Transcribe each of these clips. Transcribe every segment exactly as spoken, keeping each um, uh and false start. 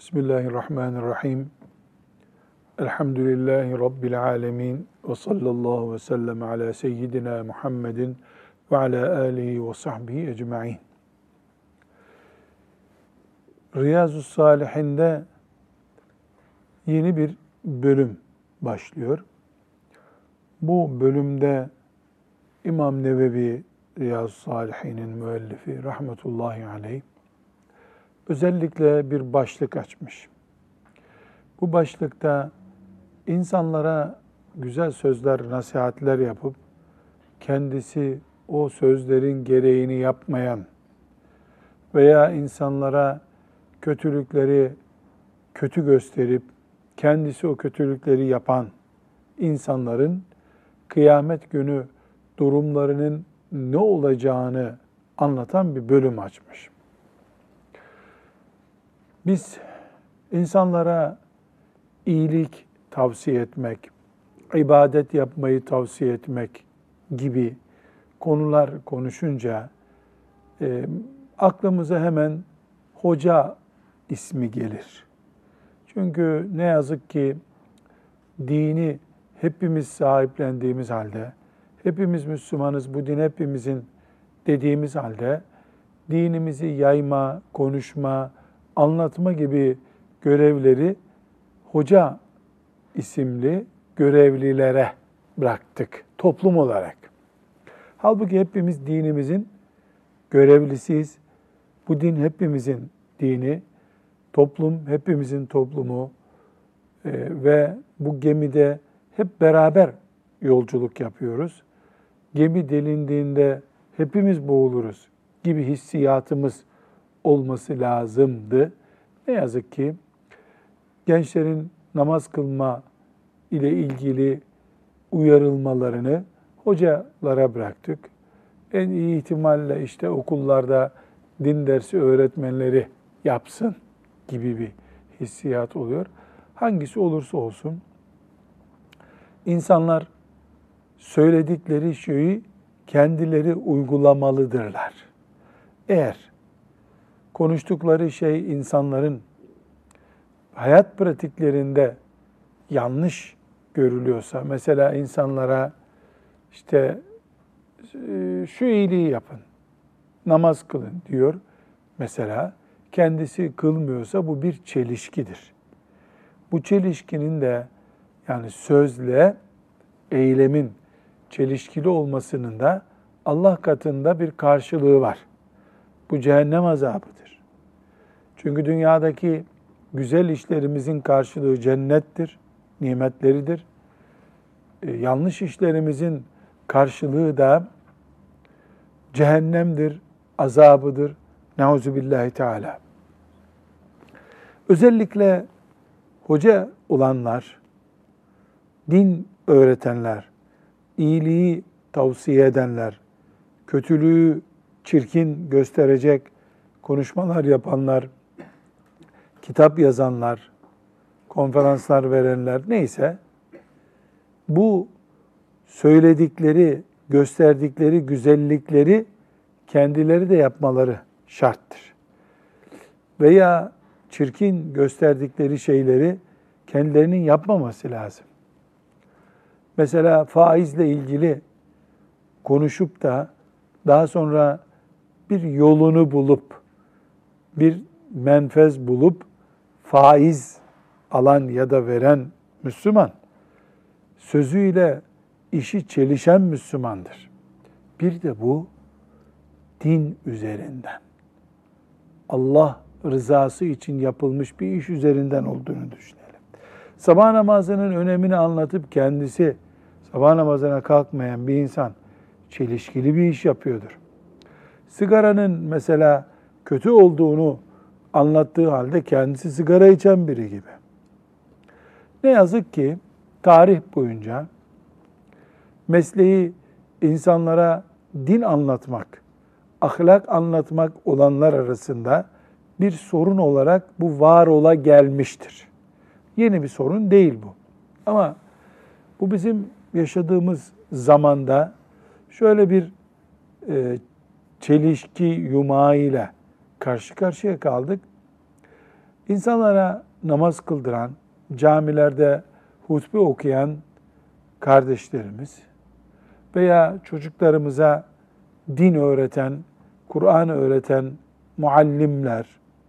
Bismillahirrahmanirrahim. Elhamdülillahi Rabbil alemin. Ve sallallahu ve sellem ala seyyidina Muhammedin ve ala alihi ve sahbihi ecma'in. Riyazu Salihin'de yeni bir bölüm başlıyor. Bu bölümde İmam Nevevi, Riyazu Salihin'in müellifi rahmetullahi aleyh, özellikle bir başlık açmış. Bu başlıkta insanlara güzel sözler, nasihatler yapıp kendisi o sözlerin gereğini yapmayan veya insanlara kötülükleri kötü gösterip kendisi o kötülükleri yapan insanların kıyamet günü durumlarının ne olacağını anlatan bir bölüm açmış. Biz insanlara iyilik tavsiye etmek, ibadet yapmayı tavsiye etmek gibi konular konuşunca e, aklımıza hemen hoca ismi gelir. Çünkü ne yazık ki dini hepimiz sahiplendiğimiz halde, hepimiz Müslümanız, bu din hepimizin dediğimiz halde dinimizi yayma, konuşma, anlatma gibi görevleri hoca isimli görevlilere bıraktık toplum olarak. Halbuki hepimiz dinimizin görevlisiyiz. Bu din hepimizin dini, toplum hepimizin toplumu ee, ve bu gemide hep beraber yolculuk yapıyoruz. Gemi delindiğinde hepimiz boğuluruz gibi hissiyatımız olması lazımdı. Ne yazık ki gençlerin namaz kılma ile ilgili uyarılmalarını hocalara bıraktık. En iyi ihtimalle işte okullarda din dersi öğretmenleri yapsın gibi bir hissiyat oluyor. Hangisi olursa olsun insanlar söyledikleri şeyi kendileri uygulamalıdırlar. Eğer konuştukları şey insanların hayat pratiklerinde yanlış görülüyorsa, mesela insanlara işte şu iyiliği yapın, namaz kılın diyor mesela, kendisi kılmıyorsa bu bir çelişkidir. Bu çelişkinin de yani sözle eylemin çelişkili olmasının da Allah katında bir karşılığı var. Bu cehennem azabıdır. Çünkü dünyadaki güzel işlerimizin karşılığı cennettir, nimetleridir. Ee, yanlış işlerimizin karşılığı da cehennemdir, azabıdır. Neuzubillahi Teala. Özellikle hoca olanlar, din öğretenler, iyiliği tavsiye edenler, kötülüğü çirkin gösterecek konuşmalar yapanlar, kitap yazanlar, konferanslar verenler neyse, bu söyledikleri, gösterdikleri güzellikleri kendileri de yapmaları şarttır. Veya çirkin gösterdikleri şeyleri kendilerinin yapmaması lazım. Mesela faizle ilgili konuşup da daha sonra bir yolunu bulup, bir menfez bulup faiz alan ya da veren Müslüman, sözüyle işi çelişen Müslümandır. Bir de bu din üzerinden, Allah rızası için yapılmış bir iş üzerinden olduğunu düşünelim. Sabah namazının önemini anlatıp kendisi sabah namazına kalkmayan bir insan çelişkili bir iş yapıyordur. Sigaranın mesela kötü olduğunu anlattığı halde kendisi sigara içen biri gibi. Ne yazık ki tarih boyunca mesleği insanlara din anlatmak, ahlak anlatmak olanlar arasında bir sorun olarak bu var ola gelmiştir. Yeni bir sorun değil bu. Ama bu bizim yaşadığımız zamanda şöyle bir e, çelişki yumağıyla karşı karşıya kaldık. İnsanlara namaz kıldıran, camilerde hutbe okuyan kardeşlerimiz veya çocuklarımıza din öğreten, Kur'an öğreten muallimler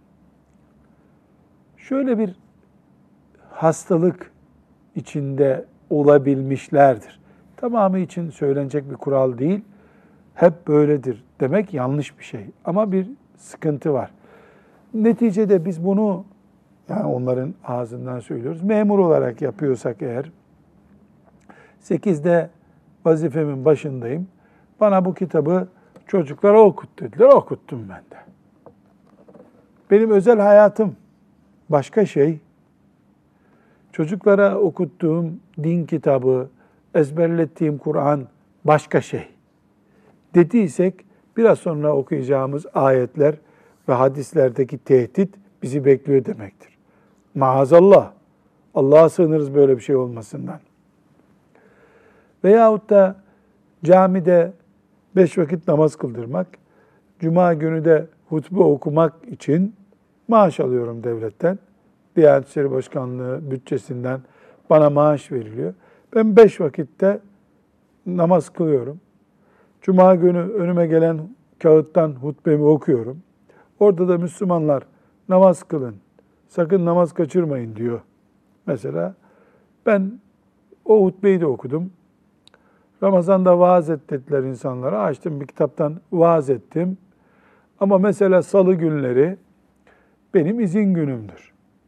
şöyle bir hastalık içinde olabilmişlerdir. Tamamı için söylenecek bir kural değil. Hep böyledir demek yanlış bir şey. Ama bir sıkıntı var. Neticede biz bunu, yani onların ağzından söylüyoruz, memur olarak yapıyorsak eğer, sekizde vazifemin başındayım. Bana bu kitabı çocuklara okut dediler. Okuttum ben de. Benim özel hayatım başka şey. Çocuklara okuttuğum din kitabı, ezberlettiğim Kur'an başka şey. Dediysek biraz sonra okuyacağımız ayetler ve hadislerdeki tehdit bizi bekliyor demektir. Maazallah. Allah'a sığınırız böyle bir şey olmasından. Veyahut da camide beş vakit namaz kıldırmak, cuma günü de hutbe okumak için maaş alıyorum devletten. Diyanet İşleri Başkanlığı bütçesinden bana maaş veriliyor. Ben beş vakitte namaz kılıyorum. Cuma günü önüme gelen kağıttan hutbemi okuyorum. Orada da Müslümanlar namaz kılın, sakın namaz kaçırmayın diyor. Mesela ben o hutbeyi de okudum. Ramazan'da vaaz et dediler insanlara. Açtım bir kitaptan vaaz ettim. Ama mesela salı günleri benim izin günümdür.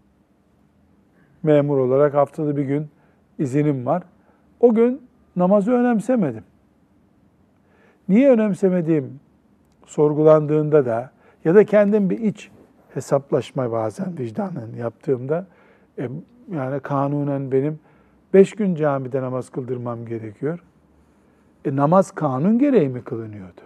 Memur olarak haftada bir gün izinim var. O gün namazı önemsemedim. Niye önemsemediğim sorgulandığında da ya da kendim bir iç hesaplaşma bazen vicdanen yaptığımda e, yani kanunen benim beş gün camide namaz kıldırmam gerekiyor. E, namaz kanun gereği mi kılınıyordu?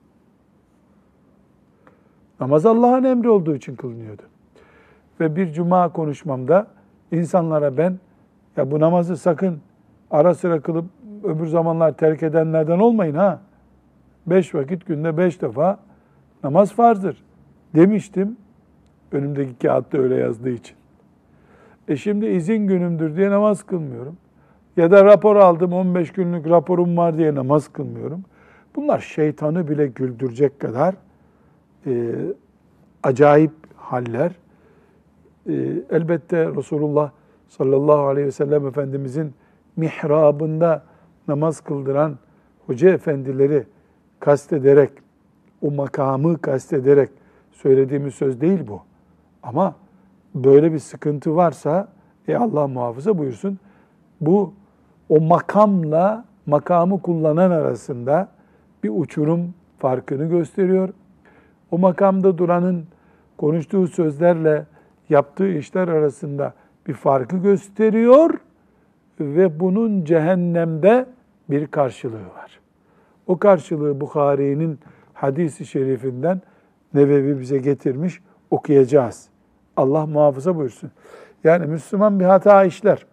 Namaz Allah'ın emri olduğu için kılınıyordu. Ve bir cuma konuşmamda insanlara ben ya bu namazı sakın ara sıra kılıp öbür zamanlar terk edenlerden olmayın ha. Beş vakit günde beş defa namaz farzdır demiştim. Önümdeki kağıtta öyle yazdığı için. E şimdi izin günümdür diye namaz kılmıyorum. Ya da rapor aldım, on beş günlük raporum var diye namaz kılmıyorum. Bunlar şeytanı bile güldürecek kadar e, acayip haller. E, elbette Resulullah sallallahu aleyhi ve sellem Efendimizin mihrabında namaz kıldıran hoca efendileri kastederek, o makamı kastederek söylediğimiz söz değil bu. Ama böyle bir sıkıntı varsa, e Allah muhafaza buyursun, bu o makamla makamı kullanan arasında bir uçurum farkını gösteriyor. O makamda duranın konuştuğu sözlerle yaptığı işler arasında bir farkı gösteriyor ve bunun cehennemde bir karşılığı var. O karşılığı Bukhari'nin hadisi şerifinden Nevevi bize getirmiş, okuyacağız. Allah muhafaza buyursun. Yani Müslüman bir hata işler.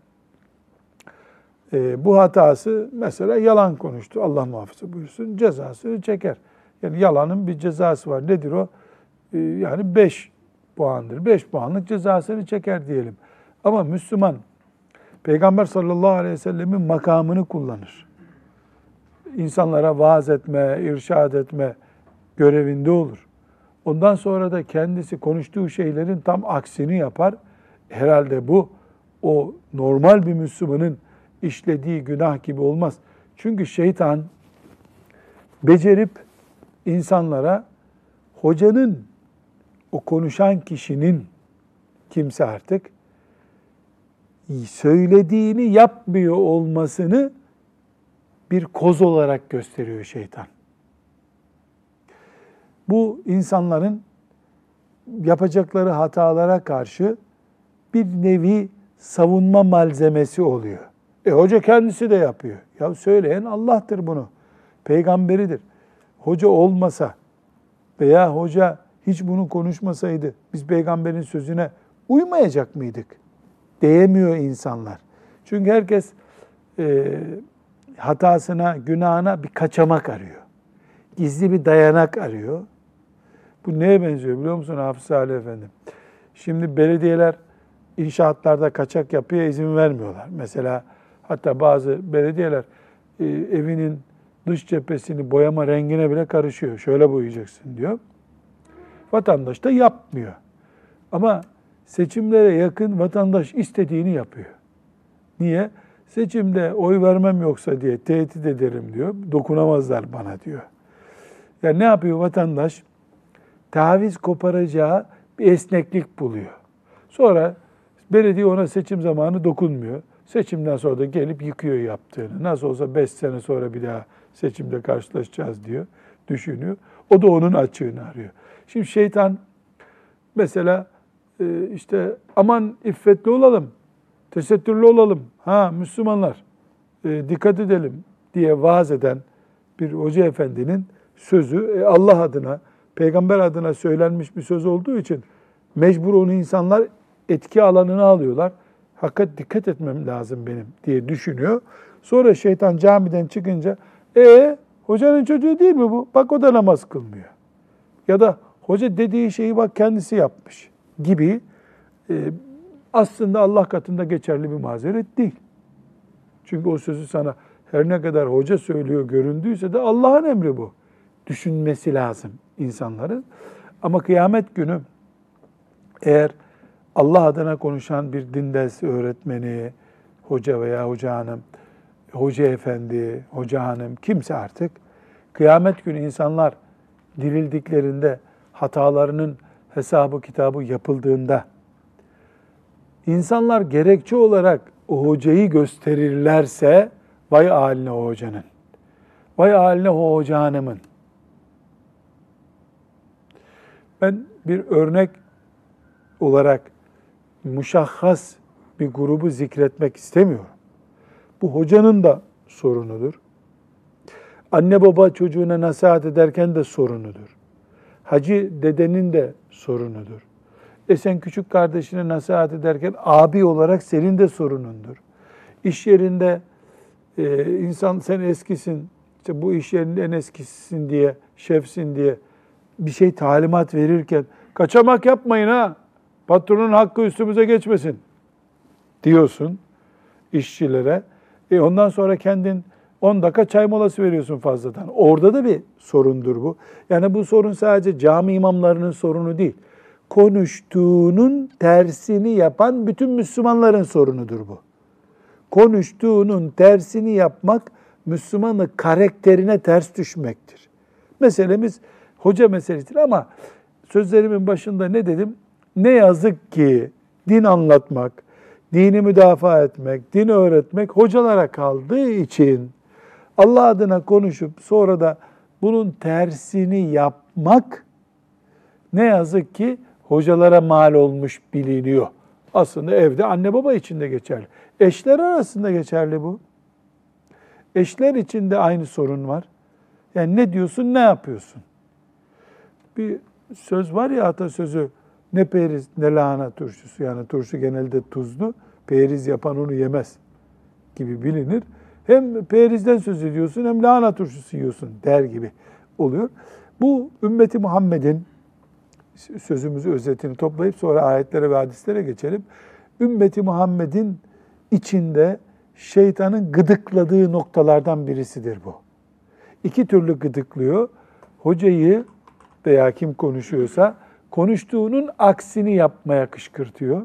E, bu hatası mesela yalan konuştu. Allah muhafaza buyursun. Cezasını çeker. Yani yalanın bir cezası var. Nedir o? E, yani beş puandır. Beş puanlık cezasını çeker diyelim. Ama Müslüman Peygamber sallallahu aleyhi ve sellemin makamını kullanır. İnsanlara vaaz etme, irşad etme görevinde olur. Ondan sonra da kendisi konuştuğu şeylerin tam aksini yapar. Herhalde bu o normal bir Müslümanın işlediği günah gibi olmaz. Çünkü şeytan becerip insanlara hocanın, o konuşan kişinin kimse artık söylediğini yapmıyor olmasını bir koz olarak gösteriyor şeytan. Bu insanların yapacakları hatalara karşı bir nevi savunma malzemesi oluyor. E hoca kendisi de yapıyor. Ya söyleyen Allah'tır bunu. Peygamberidir. Hoca olmasa veya hoca hiç bunu konuşmasaydı biz peygamberin sözüne uymayacak mıydık? Diyemiyor insanlar. Çünkü herkes e, hatasına, günahına bir kaçamak arıyor. Gizli bir dayanak arıyor. Bu neye benziyor biliyor musun Hafız Ali Efendi? Şimdi belediyeler inşaatlarda kaçak yapıya izin vermiyorlar. Mesela hatta bazı belediyeler e, evinin dış cephesini boyama rengine bile karışıyor. Şöyle boyayacaksın diyor. Vatandaş da yapmıyor. Ama seçimlere yakın vatandaş istediğini yapıyor. Niye? Seçimde oy vermem yoksa diye tehdit ederim diyor. Dokunamazlar bana diyor. Ya ne yapıyor vatandaş? Taviz koparacağı bir esneklik buluyor. Sonra belediye ona seçim zamanı dokunmuyor. Seçimden sonra da gelip yıkıyor yaptığını. Nasıl olsa beş sene sonra bir daha seçimde karşılaşacağız diyor, düşünüyor. O da onun açığını arıyor. Şimdi şeytan mesela işte aman iffetli olalım, tesettürlü olalım, ha Müslümanlar dikkat edelim diye vaaz eden bir hoca efendinin sözü Allah adına, peygamber adına söylenmiş bir söz olduğu için mecbur onu insanlar etki alanına alıyorlar. Hakikaten dikkat etmem lazım benim diye düşünüyor. Sonra şeytan camiden çıkınca e hocanın çocuğu değil mi bu? Bak o da namaz kılmıyor. Ya da hoca dediği şeyi bak kendisi yapmış gibi e, aslında Allah katında geçerli bir mazeret değil. Çünkü o sözü sana her ne kadar hoca söylüyor göründüyse de Allah'ın emri bu. Düşünmesi lazım insanların. Ama kıyamet günü eğer Allah adına konuşan bir din dersi öğretmeni, hoca veya hoca hanım, hoca efendi, hoca hanım kimse artık kıyamet günü insanlar dirildiklerinde hatalarının hesabı kitabı yapıldığında insanlar gerekçe olarak o hocayı gösterirlerse vay haline o hocanın, vay haline o hoca hanımın. Ben bir örnek olarak muşahhas bir grubu zikretmek istemiyorum. Bu hocanın da sorunudur. Anne baba çocuğuna nasihat ederken de sorunudur. Hacı dedenin de sorunudur. E sen küçük kardeşine nasihat ederken abi olarak senin de sorunundur. İş yerinde e, insan sen eskisin, işte bu iş yerinin en eskisisin diye, şefsin diye bir şey talimat verirken kaçamak yapmayın ha, patronun hakkı üstümüze geçmesin diyorsun işçilere. E ondan sonra kendin on dakika çay molası veriyorsun fazladan. Orada da bir sorundur bu. Yani bu sorun sadece cami imamlarının sorunu değil. Konuştuğunun tersini yapan bütün Müslümanların sorunudur bu. Konuştuğunun tersini yapmak Müslümanın karakterine ters düşmektir. Meselemiz hoca meselesidir ama sözlerimin başında ne dedim? Ne yazık ki din anlatmak, dini müdafaa etmek, din öğretmek hocalara kaldığı için Allah adına konuşup sonra da bunun tersini yapmak ne yazık ki hocalara mal olmuş biliniyor. Aslında evde anne baba için de geçerli. Eşler arasında geçerli bu. Eşler için de aynı sorun var. Yani ne diyorsun, ne yapıyorsun? Bir söz var ya, atasözü, ne periz ne lahana turşusu. Yani turşu genelde tuzlu, periz yapan onu yemez gibi bilinir. Hem perizden söz ediyorsun hem lahana turşusu yiyorsun der gibi oluyor. Bu ümmeti Muhammed'in, sözümüzü özetini toplayıp sonra ayetlere ve hadislere geçelim. Ümmeti Muhammed'in içinde şeytanın gıdıkladığı noktalardan birisidir bu. İki türlü gıdıklıyor. Hocayı veya kim konuşuyorsa konuştuğunun aksini yapmaya kışkırtıyor.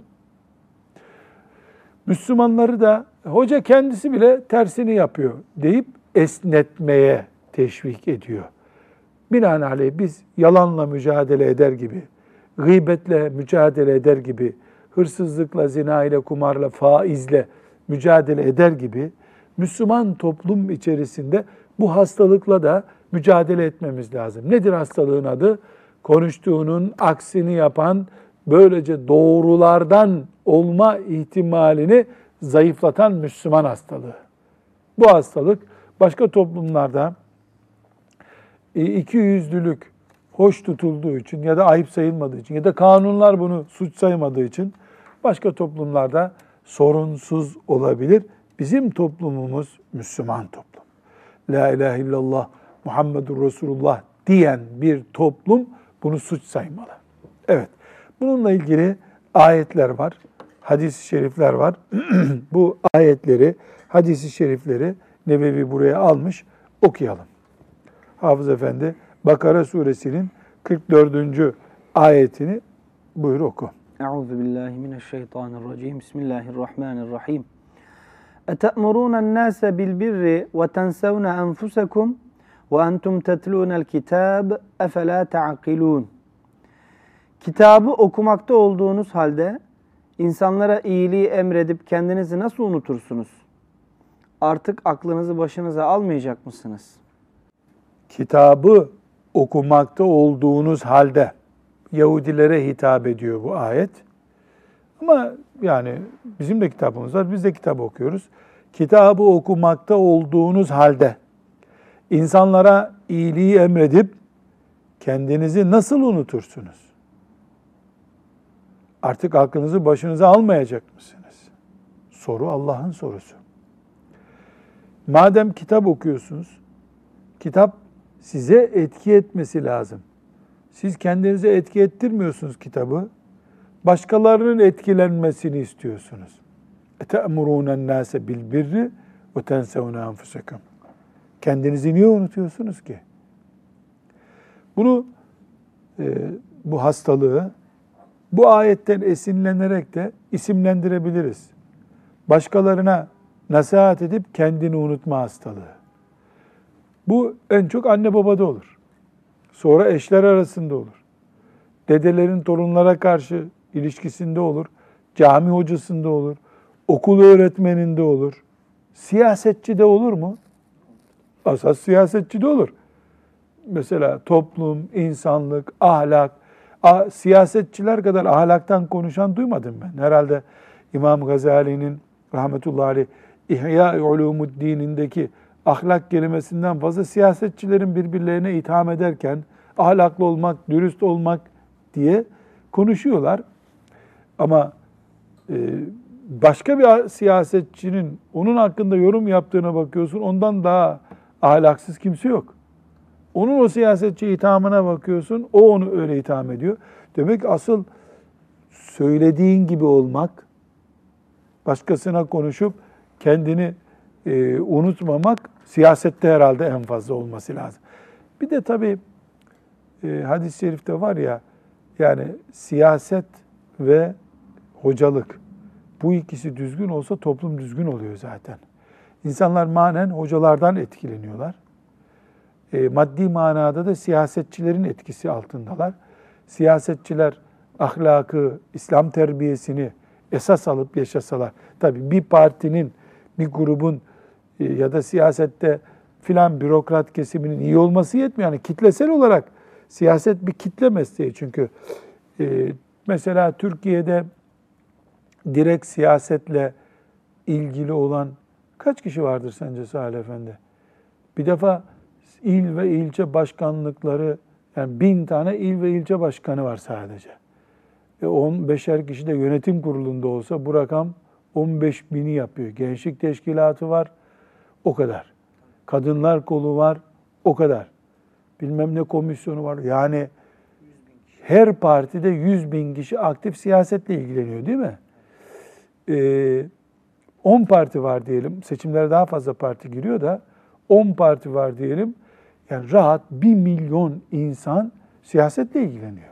Müslümanları da hoca kendisi bile tersini yapıyor deyip esnetmeye teşvik ediyor. Binaenaleyh biz yalanla mücadele eder gibi, gıybetle mücadele eder gibi, hırsızlıkla, zina ile, kumarla, faizle mücadele eder gibi Müslüman toplum içerisinde bu hastalıkla da mücadele etmemiz lazım. Nedir hastalığın adı? Konuştuğunun aksini yapan, böylece doğrulardan olma ihtimalini zayıflatan Müslüman hastalığı. Bu hastalık başka toplumlarda ikiyüzlülük hoş tutulduğu için ya da ayıp sayılmadığı için ya da kanunlar bunu suç saymadığı için başka toplumlarda sorunsuz olabilir. Bizim toplumumuz Müslüman toplum. La ilahe illallah Muhammedur Resulullah diyen bir toplum bunu suç saymalı. Evet, bununla ilgili ayetler var, hadis-i şerifler var. Bu ayetleri, hadis-i şerifleri Nebevi buraya almış, okuyalım. Hafız Efendi, Bakara suresinin kırk dördüncü ayetini buyur oku. Euzubillahimineşşeytanirracim. Bismillahirrahmanirrahim. اَتَأْمُرُونَ النَّاسَ بِالْبِرِّ وَتَنْسَوْنَ أَنْفُسَكُمْ وَأَنْتُمْ تَتْلُونَ الْكِتَابَ اَفَلَا تَعْقِلُونَ. Kitabı okumakta olduğunuz halde insanlara iyiliği emredip kendinizi nasıl unutursunuz? Artık aklınızı başınıza almayacak mısınız? Kitabı okumakta olduğunuz halde Yahudilere hitap ediyor bu ayet. Ama yani bizim de kitabımız var, biz de kitap okuyoruz. Kitabı okumakta olduğunuz halde insanlara iyiliği emredip kendinizi nasıl unutursunuz? Artık aklınızı başınıza almayacak mısınız? Soru Allah'ın sorusu. Madem kitap okuyorsunuz, kitap size etki etmesi lazım. Siz kendinize etki ettirmiyorsunuz kitabı. Başkalarının etkilenmesini istiyorsunuz. اَتَأْمُرُونَ النَّاسَ بِالْبِرِّ وَتَنْسَوْنَ أَنْفُسَكُمْ. Kendinizi niye unutuyorsunuz ki? Bunu, e, bu hastalığı bu ayetten esinlenerek de isimlendirebiliriz. Başkalarına nasihat edip kendini unutma hastalığı. Bu en çok anne babada olur. Sonra eşler arasında olur. Dedelerin torunlara karşı ilişkisinde olur. Cami hocasında olur. Okul öğretmeninde olur. Siyasetçide olur mu? Asas siyasetçide olur. Mesela toplum, insanlık, ahlak, ah, siyasetçiler kadar ahlaktan konuşan duymadım ben. Herhalde İmam Gazali'nin rahmetullahi aleyh İhya-i Ulumuddin'indeki ahlak kelimesinden fazla siyasetçilerin birbirlerine itham ederken ahlaklı olmak, dürüst olmak diye konuşuyorlar. Ama e, başka bir siyasetçinin onun hakkında yorum yaptığına bakıyorsun, ondan daha ahlaksız kimse yok. Onun o siyasetçi ithamına bakıyorsun, o onu öyle itham ediyor. Demek ki asıl söylediğin gibi olmak, başkasına konuşup kendini e, unutmamak, siyasette herhalde en fazla olması lazım. Bir de tabii e, hadis-i şerifte var ya, yani siyaset ve hocalık, bu ikisi düzgün olsa toplum düzgün oluyor zaten. İnsanlar manen hocalardan etkileniyorlar. E, maddi manada da siyasetçilerin etkisi altındalar. Siyasetçiler ahlakı, İslam terbiyesini esas alıp yaşasalar, tabii bir partinin, bir grubun e, ya da siyasette filan bürokrat kesiminin iyi olması yetmiyor. Yani kitlesel olarak siyaset bir kitle mesleği çünkü. E, mesela Türkiye'de direkt siyasetle ilgili olan kaç kişi vardır sence Salih Efendi? Bir defa il ve ilçe başkanlıkları, yani bin tane il ve ilçe başkanı var sadece. E on beşer kişi de yönetim kurulunda olsa bu rakam on beş bini yapıyor. Gençlik teşkilatı var, o kadar. Kadınlar kolu var, o kadar. Bilmem ne komisyonu var. Yani her partide yüz bin kişi aktif siyasetle ilgileniyor değil mi? Ee, on parti var diyelim. Seçimlere daha fazla parti giriyor da on parti var diyelim. Yani rahat bir milyon insan siyasetle ilgileniyor.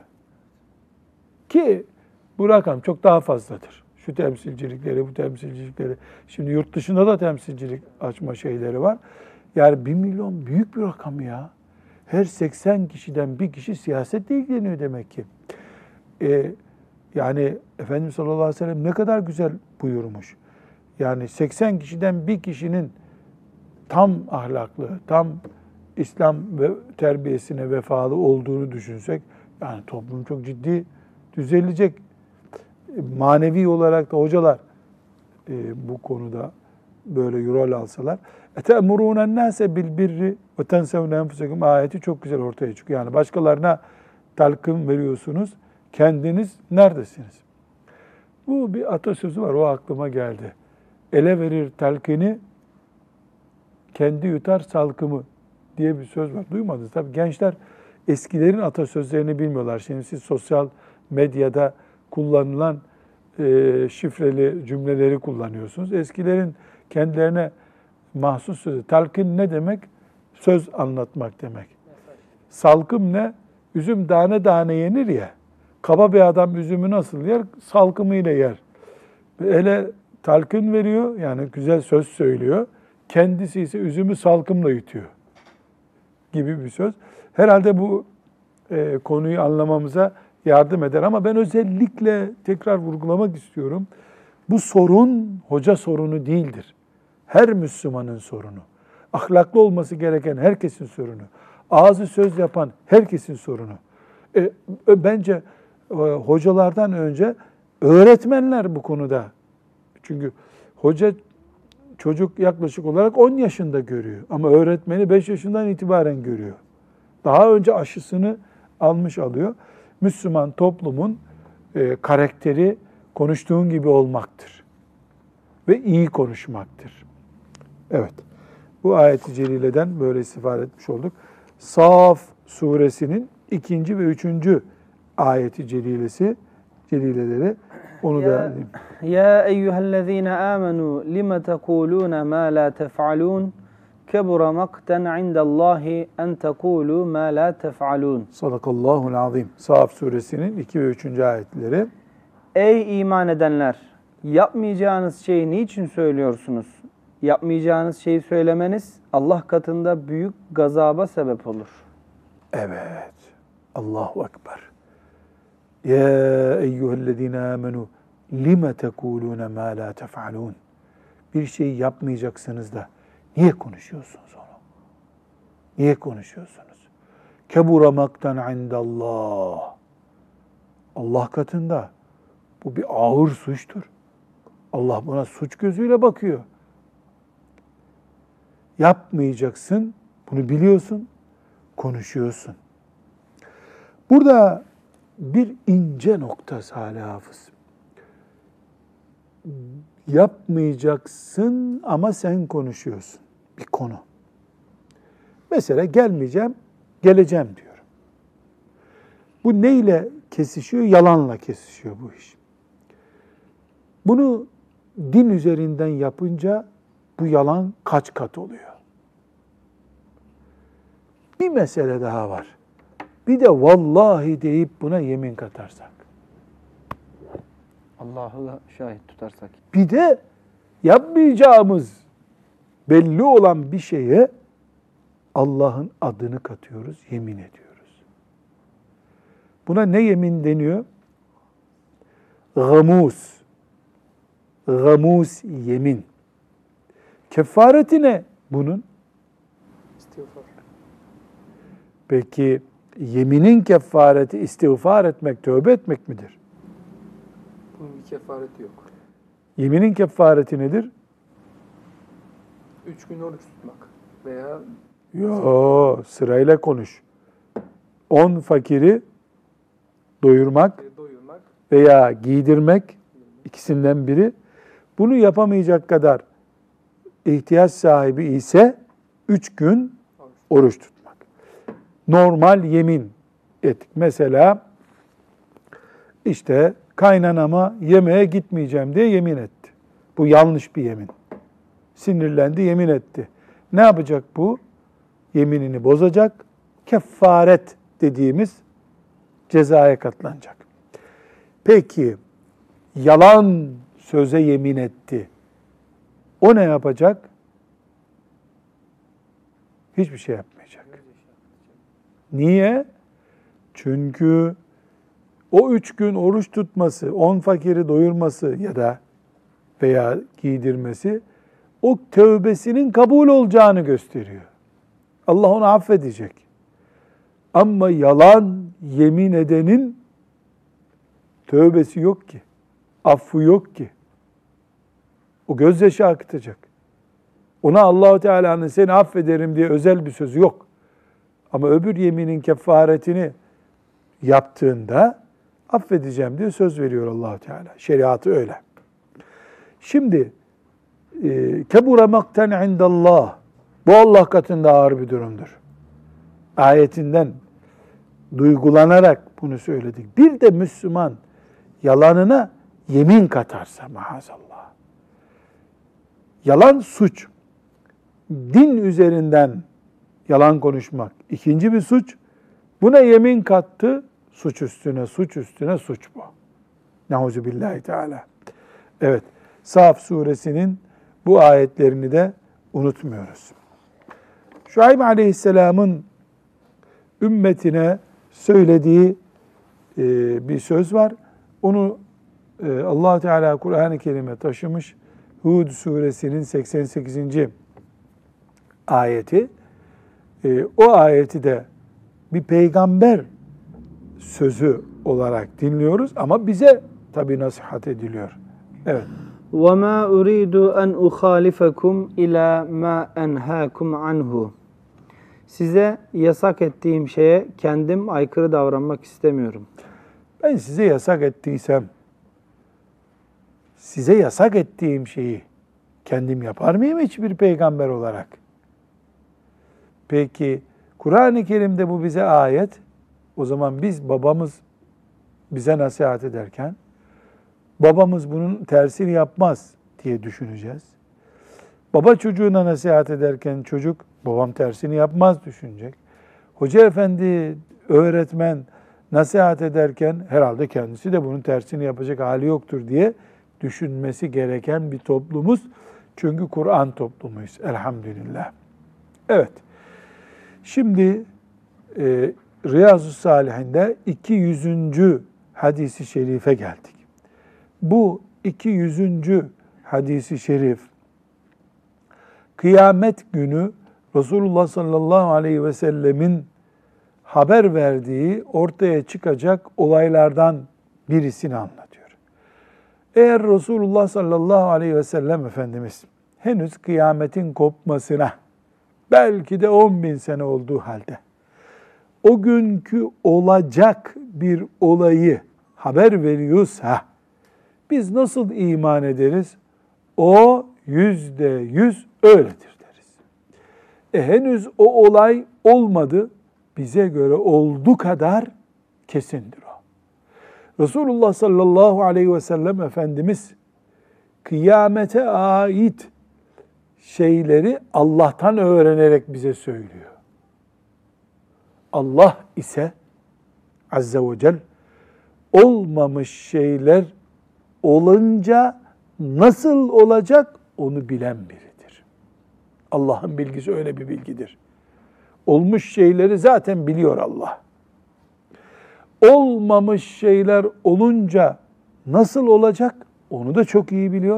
Ki bu rakam çok daha fazladır. Şu temsilcilikleri, bu temsilcilikleri. Şimdi yurt dışında da temsilcilik açma şeyleri var. Yani bir milyon büyük bir rakam ya. Her seksen kişiden bir kişi siyasetle ilgileniyor demek ki. Ee, yani Efendimiz sallallahu aleyhi ve sellem ne kadar güzel buyurmuş. Yani seksen kişiden bir kişinin tam ahlaklı, tam İslam ve terbiyesine vefalı olduğunu düşünsek, yani toplum çok ciddi düzelecek. Manevi olarak da hocalar e, bu konuda böyle rol alsalar. اَتَأْمُرُونَ النَّاسَ بِالْبِرِّ وَتَنْسَوْنَ اَنْفُسَكُمْ ayeti çok güzel ortaya çıkıyor. Yani başkalarına talkın veriyorsunuz, kendiniz neredesiniz? Bu bir atasözü var, o aklıma geldi. Ele verir telkini, kendi yutar salkımı diye bir söz var. Duymadınız. Tabii gençler eskilerin atasözlerini bilmiyorlar. Şimdi siz sosyal medyada kullanılan e, şifreli cümleleri kullanıyorsunuz. Eskilerin kendilerine mahsus sözü. Talkin ne demek? Söz anlatmak demek. Salkım ne? Üzüm tane tane yenir ya. Kaba bir adam üzümü nasıl yer? Salkımıyla yer. Hele talkin veriyor, yani güzel söz söylüyor. Kendisi ise üzümü salkımla yutuyor gibi bir söz. Herhalde bu e, konuyu anlamamıza yardım eder. Ama ben özellikle tekrar vurgulamak istiyorum. Bu sorun hoca sorunu değildir. Her Müslümanın sorunu. Ahlaklı olması gereken herkesin sorunu. Ağzı söz yapan herkesin sorunu. E, bence e, hocalardan önce öğretmenler bu konuda. Çünkü hoca çocuk yaklaşık olarak on yaşında görüyor. Ama öğretmeni beş yaşından itibaren görüyor. Daha önce aşısını almış alıyor. Müslüman toplumun e, karakteri konuştuğun gibi olmaktır. Ve iyi konuşmaktır. Evet. Bu ayet-i celileden böyle istifade etmiş olduk. Saf suresinin ikinci ve üçüncü ayeti celilesi, celileleri. Onu ya, da ya eyyühellezine amenu lime tekulune ma la tef'alun kebura makten indallahi en tekulu ma la tef'alun. Sadakallahul azim. Saf suresinin iki ve üçüncü ayetleri. Ey iman edenler! Yapmayacağınız şeyi niçin söylüyorsunuz? Yapmayacağınız şeyi söylemeniz Allah katında büyük gazaba sebep olur. Evet. Allahu Ekber. Ya eyyühellezine amenu lime tekulune ma la tef'alun. Bir şeyi yapmayacaksınız da niye konuşuyorsunuz onu? Niye konuşuyorsunuz? Kebura maktan indallah. Allah katında bu bir ağır suçtur. Allah buna suç gözüyle bakıyor. Yapmayacaksın, bunu biliyorsun, konuşuyorsun. Burada bir ince nokta Salih Hafız. Yapmayacaksın ama sen konuşuyorsun bir konu. Mesela gelmeyeceğim, geleceğim diyorum. Bu neyle kesişiyor? Yalanla kesişiyor bu iş. Bunu din üzerinden yapınca bu yalan kaç kat oluyor? Bir mesele daha var. Bir de vallahi deyip buna yemin katarsak. Allah'ı şahit tutarsak. Bir de yapmayacağımız belli olan bir şeye Allah'ın adını katıyoruz, yemin ediyoruz. Buna ne yemin deniyor? Gamus. Gamus yemin. Kefareti ne bunun? İstiğfar. Peki yeminin kefareti istiğfar etmek, tövbe etmek midir? Bunun bir kefareti yok. Yeminin kefareti nedir? Üç gün oruç tutmak veya Yo, sırayla konuş. On fakiri doyurmak doyurmak. veya giydirmek, ikisinden biri. Bunu yapamayacak kadar ihtiyaç sahibi ise üç gün oruç tutmak. Normal yemin ettik. Mesela işte kaynanama yemeğe gitmeyeceğim diye yemin etti. Bu yanlış bir yemin. Sinirlendi, yemin etti. Ne yapacak bu? Yeminini bozacak. Kefaret dediğimiz cezaya katlanacak. Peki yalan söze yemin etti. O ne yapacak? Hiçbir şey yapmayacak. Niye? Çünkü o üç gün oruç tutması, on fakiri doyurması ya da veya giydirmesi o tövbesinin kabul olacağını gösteriyor. Allah onu affedecek. Ama yalan yemin edenin tövbesi yok ki. Affı yok ki. O gözyaşı akıtacak. Ona Allah-u Teala'nın seni affederim diye özel bir sözü yok. Ama öbür yeminin kefaretini yaptığında affedeceğim diye söz veriyor Allah-u Teala. Şeriatı öyle. Şimdi kebura makten indallah. Bu Allah katında ağır bir durumdur. Ayetinden duygulanarak bunu söyledik. Bir de Müslüman yalanına yemin katarsa maazallah. Yalan suç. Din üzerinden yalan konuşmak ikinci bir suç. Buna yemin kattı, suç üstüne suç üstüne suç bu. Neuzubillahi Teala. Evet, Saf suresinin bu ayetlerini de unutmuyoruz. Şuayb Aleyhisselam'ın ümmetine söylediği e, bir söz var. Onu e, Allah Teala Kur'an-ı Kerim'e taşımış. Hud suresinin seksen sekizinci ayeti. E, o ayeti de bir peygamber sözü olarak dinliyoruz ama bize tabii nasihat ediliyor. Evet. وَمَا أُرِيدُ أَنْ أُخَالِفَكُمْ إِلَى مَا أَنْهَاكُمْ عَنْهُ. Size yasak ettiğim şeye kendim aykırı davranmak istemiyorum. Ben size yasak ettiysem, size yasak ettiğim şeyi kendim yapar mıyım hiçbir peygamber olarak? Peki, Kur'an-ı Kerim'de bu bize ayet. O zaman biz babamız bize nasihat ederken, babamız bunun tersini yapmaz diye düşüneceğiz. Baba çocuğuna nasihat ederken çocuk, babam tersini yapmaz düşünecek. Hoca efendi, öğretmen nasihat ederken herhalde kendisi de bunun tersini yapacak hali yoktur diye düşünmesi gereken bir toplumuz. Çünkü Kur'an toplumuyuz elhamdülillah. Evet, şimdi e, Riyazu Salihinde iki yüzüncü hadisi şerife geldik. Bu iki yüzüncü hadisi şerif, kıyamet günü Resulullah sallallahu aleyhi ve sellemin haber verdiği ortaya çıkacak olaylardan birisini anlatıyor. Eğer Resulullah sallallahu aleyhi ve sellem Efendimiz henüz kıyametin kopmasına belki de on bin sene olduğu halde o günkü olacak bir olayı haber veriyorsa biz nasıl iman ederiz? O yüzde yüz öyledir deriz. E henüz o olay olmadı, bize göre olduğu kadar kesindir o. Resulullah sallallahu aleyhi ve sellem Efendimiz kıyamete ait şeyleri Allah'tan öğrenerek bize söylüyor. Allah ise azze ve celle olmamış şeyler olunca nasıl olacak onu bilen biridir. Allah'ın bilgisi öyle bir bilgidir. Olmuş şeyleri zaten biliyor Allah. Olmamış şeyler olunca nasıl olacak onu da çok iyi biliyor.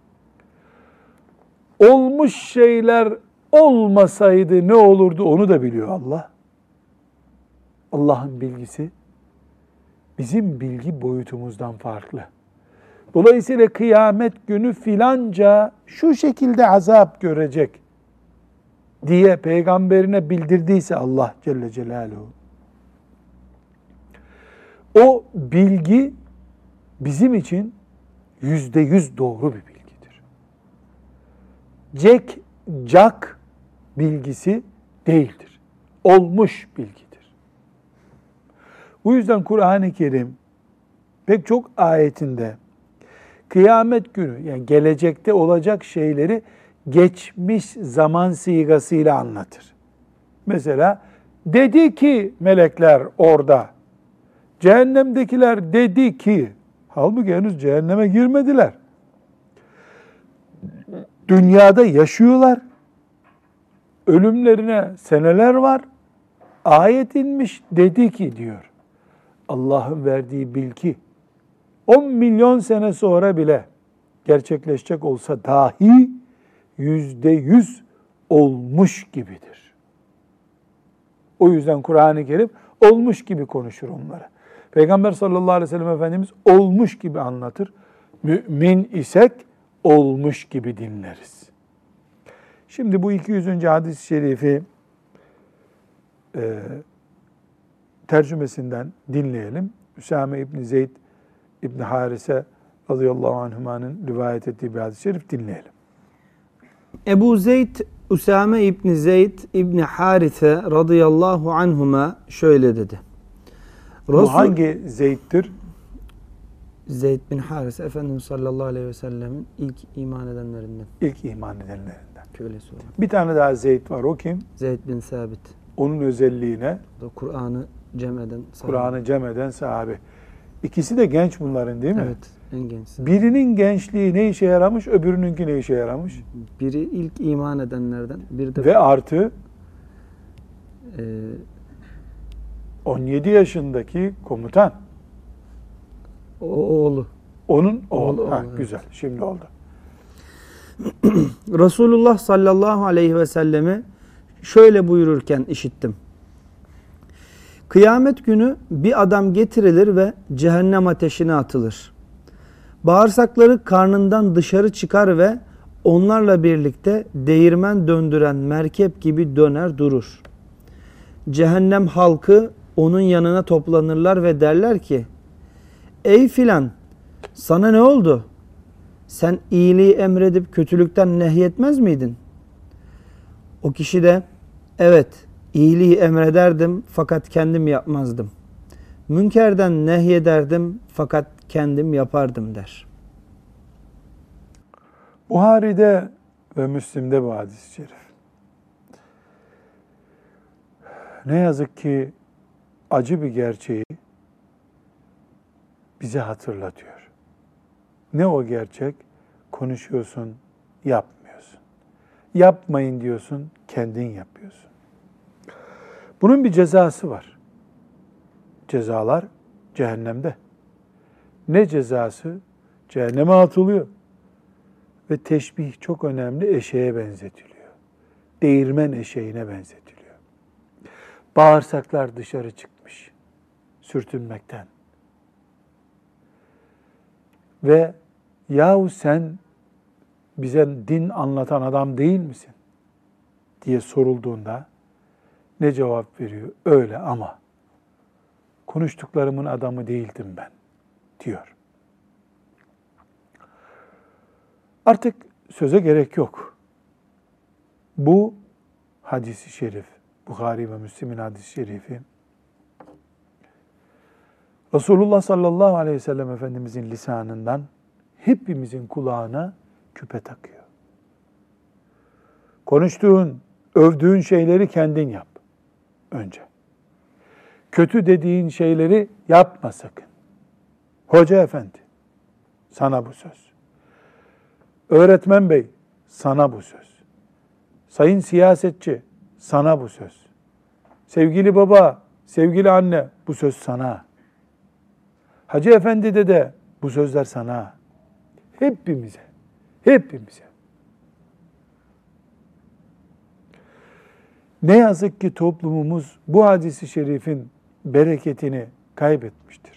Olmuş şeyler olmasaydı ne olurdu onu da biliyor Allah. Allah'ın bilgisi bizim bilgi boyutumuzdan farklı. Dolayısıyla kıyamet günü filanca şu şekilde azap görecek diye peygamberine bildirdiyse Allah Celle Celaluhu, o bilgi bizim için yüzde yüz doğru bir bilgidir. Cek, cak bilgisi değildir. Olmuş bilgidir. Bu yüzden Kur'an-ı Kerim pek çok ayetinde kıyamet günü, yani gelecekte olacak şeyleri geçmiş zaman sigasıyla anlatır. Mesela dedi ki melekler orada, cehennemdekiler dedi ki, halbuki henüz cehenneme girmediler. Dünyada yaşıyorlar, ölümlerine seneler var, ayet inmiş dedi ki diyor. Allah'ın verdiği bilgi on milyon sene sonra bile gerçekleşecek olsa dahi yüzde yüz olmuş gibidir. O yüzden Kur'an-ı Kerim olmuş gibi konuşur onlara. Peygamber sallallahu aleyhi ve sellem Efendimiz olmuş gibi anlatır. Mümin isek olmuş gibi dinleriz. Şimdi bu iki yüzüncü hadis-i şerifi e, tercümesinden dinleyelim. Üsame İbni Zeyd İbni Harise radıyallahu anhümanın rivayet ettiği bir hadis-i şerif dinleyelim. Ebu Zeyd, Üsame İbni Zeyd İbni Harise radıyallahu anhuma şöyle dedi. Bu Resul, hangi Zeyd'tir? Zeyd bin Harise Efendimiz sallallahu aleyhi ve sellemin ilk iman edenlerinden. İlk iman edenlerinden. Kölesi olan. Bir tane daha Zeyd var. O kim? Zeyd bin Sabit. Onun özelliğine O da Kur'an'ı cem eden sahabe. Kur'an'ı cem eden sahabe. İkisi de genç bunların değil mi? Evet, en gençsi. Birinin gençliği ne işe yaramış, öbürününki ne işe yaramış? Biri ilk iman edenlerden, bir de Ve artı e, on yedi yaşındaki komutan. o oğlu. Onun oğlu. Oğlu, Ha, oğlu, evet. güzel. Şimdi oldu. Resulullah sallallahu aleyhi ve sellemi şöyle buyururken işittim. Kıyamet günü bir adam getirilir ve cehennem ateşine atılır. Bağırsakları karnından dışarı çıkar ve onlarla birlikte değirmen döndüren merkep gibi döner durur. Cehennem halkı onun yanına toplanırlar ve derler ki, ey filan, sana ne oldu? Sen iyiliği emredip kötülükten nehyetmez miydin? O kişi de, evet, iyiliği emrederdim fakat kendim yapmazdım. Münkerden nehyederdim fakat kendim yapardım der. Buhari'de ve Müslim'de bu hadis-i şerif. Ne yazık ki acı bir gerçeği bize hatırlatıyor. Ne o gerçek? Konuşuyorsun, yapmıyorsun. Yapmayın diyorsun, kendin yapıyorsun. Bunun bir cezası var. Cezalar cehennemde. Ne cezası? Cehenneme atılıyor. Ve teşbih çok önemli, eşeğe benzetiliyor. Değirmen eşeğine benzetiliyor. Bağırsaklar dışarı çıkmış sürtünmekten. Ve yahu sen bize din anlatan adam değil misin diye sorulduğunda ne cevap veriyor? Öyle ama konuştuklarımın adamı değildim ben diyor. Artık söze gerek yok. Bu hadis-i şerif, Buhari ve Müslim'in hadis-i şerifi, Resulullah sallallahu aleyhi ve sellem Efendimizin lisanından hepimizin kulağına küpe takıyor. Konuştuğun, övdüğün şeyleri kendin yap önce. Kötü dediğin şeyleri yapma sakın. Hoca efendi, sana bu söz. Öğretmen bey, sana bu söz. Sayın siyasetçi, sana bu söz. Sevgili baba, sevgili anne, bu söz sana. Hacı efendi de bu sözler sana. Hepimize, hepimize. Ne yazık ki toplumumuz bu hadis-i şerifin bereketini kaybetmiştir.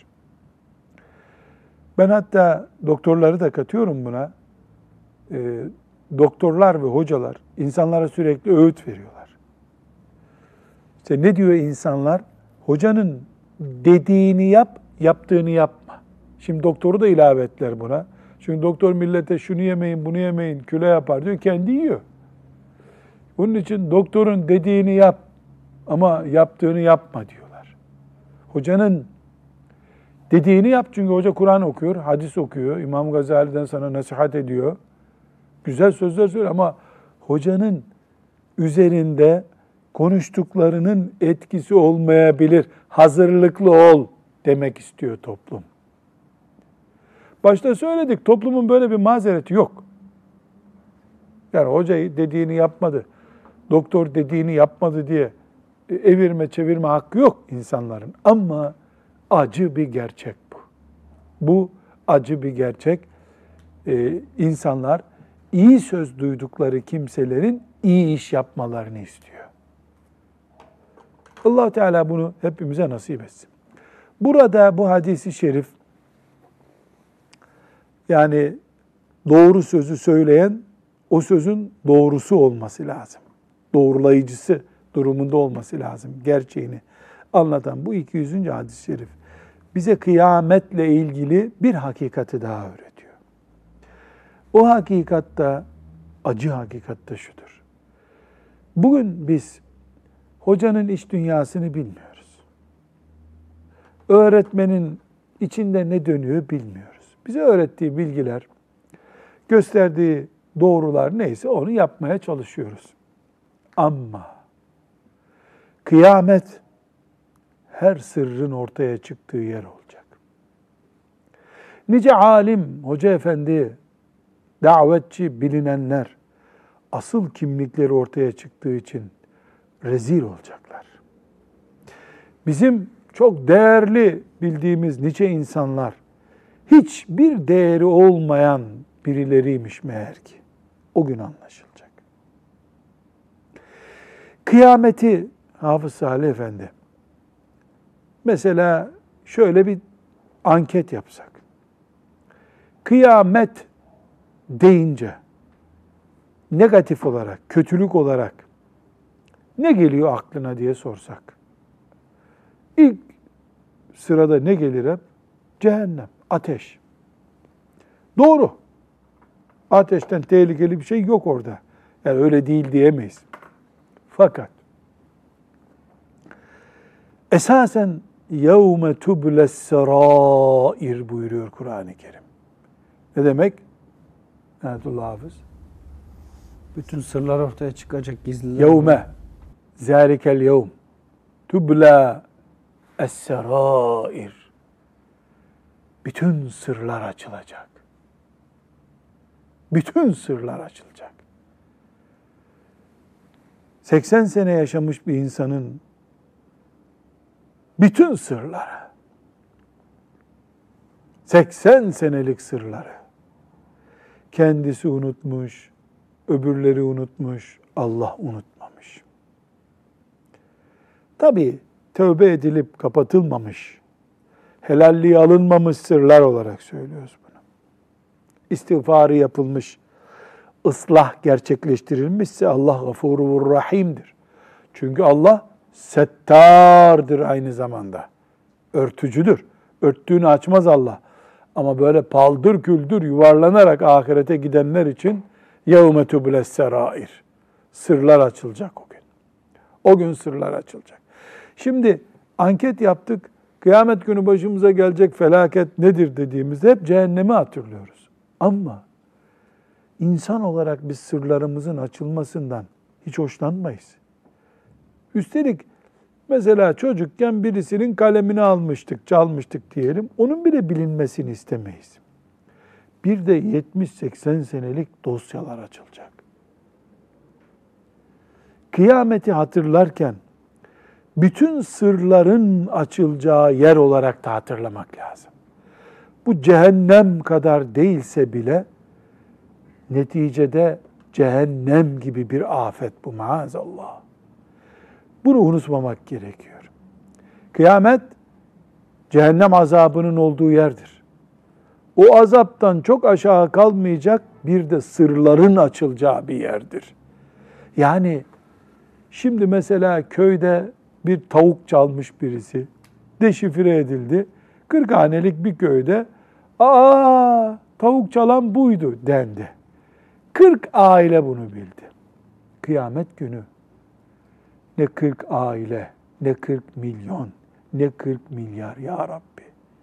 Ben hatta doktorları da katıyorum buna. E, doktorlar ve hocalar insanlara sürekli öğüt veriyorlar. İşte ne diyor insanlar? Hocanın dediğini yap, yaptığını yapma. Şimdi doktoru da ilave ettiler buna. Çünkü doktor millete şunu yemeyin, bunu yemeyin, kilo yapar diyor, kendi yiyor. Bunun için doktorun dediğini yap ama yaptığını yapma diyorlar. Hocanın dediğini yap çünkü hoca Kur'an okuyor, hadis okuyor, İmam Gazali'den sana nasihat ediyor. Güzel sözler söylüyor ama hocanın üzerinde konuştuklarının etkisi olmayabilir. Hazırlıklı ol demek istiyor toplum. Başta söyledik, toplumun böyle bir mazereti yok. Yani hoca dediğini yapmadı, doktor dediğini yapmadı diye evirme çevirme hakkı yok insanların. Ama acı bir gerçek bu. Bu acı bir gerçek. Ee, insanlar iyi söz duydukları kimselerin iyi iş yapmalarını istiyor. Allah Teala bunu hepimize nasip etsin. Burada bu hadis-i şerif, yani doğru sözü söyleyen o sözün doğrusu olması lazım. Doğrulayıcısı durumunda olması lazım. Gerçeğini anlatan bu iki yüzüncü hadis-i şerif bize kıyametle ilgili bir hakikati daha öğretiyor. O hakikatta, acı hakikatta şudur. Bugün biz hocanın iç dünyasını bilmiyoruz. Öğretmenin içinde ne dönüyor bilmiyoruz. Bize öğrettiği bilgiler, gösterdiği doğrular neyse onu yapmaya çalışıyoruz. Ama kıyamet her sırrın ortaya çıktığı yer olacak. Nice alim, hoca efendi, davetçi, bilinenler asıl kimlikleri ortaya çıktığı için rezil olacaklar. Bizim çok değerli bildiğimiz nice insanlar hiçbir değeri olmayan birileriymiş meğer ki. O gün anlaşılacak. Kıyameti Hafız Salih Efendi mesela şöyle bir anket yapsak. Kıyamet deyince negatif olarak, kötülük olarak ne geliyor aklına diye sorsak. İlk sırada ne gelir hep? Cehennem, ateş. Doğru. Ateşten tehlikeli bir şey yok orada. Yani öyle değil diyemeyiz. Fakat esasen يَوْمَ تُبْلَ السَّرَائِرْ buyuruyor Kur'an-ı Kerim. Ne demek? Nenetullah Hafız. Bütün sırlar ortaya çıkacak, gizliler. يَوْمَ ذَٰلِكَ الْيَوْمِ تُبْلَى السَّرَائِرْ Bütün sırlar açılacak. Bütün sırlar açılacak. seksen sene yaşamış bir insanın bütün sırları, seksen senelik sırları, kendisi unutmuş, öbürleri unutmuş, Allah unutmamış. Tabii tövbe edilip kapatılmamış, helalliği alınmamış sırlar olarak söylüyoruz bunu. İstiğfarı yapılmış, ıslah gerçekleştirilmişse Allah Gafurur Rahim'dir. Çünkü Allah Settar'dır aynı zamanda. Örtücüdür. Örttüğünü açmaz Allah. Ama böyle paldır küldür yuvarlanarak ahirete gidenler için يَوْمَ تُبْلَ السَّرَائِرِ Sırlar açılacak o gün. O gün sırlar açılacak. Şimdi anket yaptık. Kıyamet günü başımıza gelecek felaket nedir dediğimizde hep cehennemi hatırlıyoruz. Ama insan olarak biz sırlarımızın açılmasından hiç hoşlanmayız. Üstelik mesela çocukken birisinin kalemini almıştık, çalmıştık diyelim. Onun bile bilinmesini istemeyiz. Bir de yetmiş seksen senelik dosyalar açılacak. Kıyameti hatırlarken bütün sırların açılacağı yer olarak da hatırlamak lazım. Bu cehennem kadar değilse bile neticede cehennem gibi bir afet bu maazallah. Bunu unutmamak gerekiyor. Kıyamet cehennem azabının olduğu yerdir. O azaptan çok aşağı kalmayacak bir de sırların açılacağı bir yerdir. Yani şimdi mesela köyde bir tavuk çalmış birisi, deşifre edildi. kırk hanelik bir köyde, aa tavuk çalan buydu dendi. kırk aile bunu bildi. Kıyamet günü ne kırk aile, ne kırk milyon, ne kırk milyar ya Rabbi.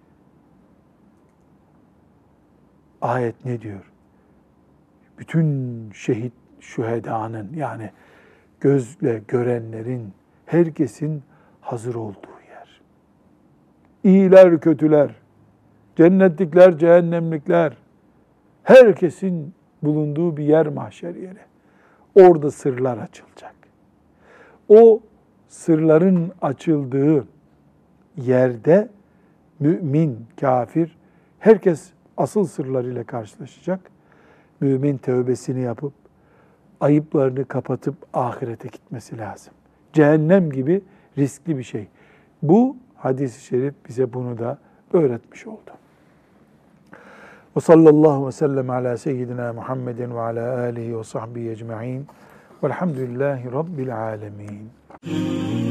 Ayet ne diyor? Bütün şehit şühedanın yani gözle görenlerin, herkesin hazır olduğu yer. İyiler, kötüler, cennetlikler, cehennemlikler, herkesin bulunduğu bir yer mahşer yeri. Orada sırlar açılacak. O sırların açıldığı yerde mümin, kafir, herkes asıl sırlarıyla karşılaşacak. Mümin tövbesini yapıp, ayıplarını kapatıp ahirete gitmesi lazım. Cehennem gibi riskli bir şey. Bu hadis-i şerif bize bunu da öğretmiş oldu. Ve sallallahu ve sellem ala seyyidina Muhammedin ve ala alihi ve sahbihi ecma'in. Velhamdülillahi Rabbil alemin.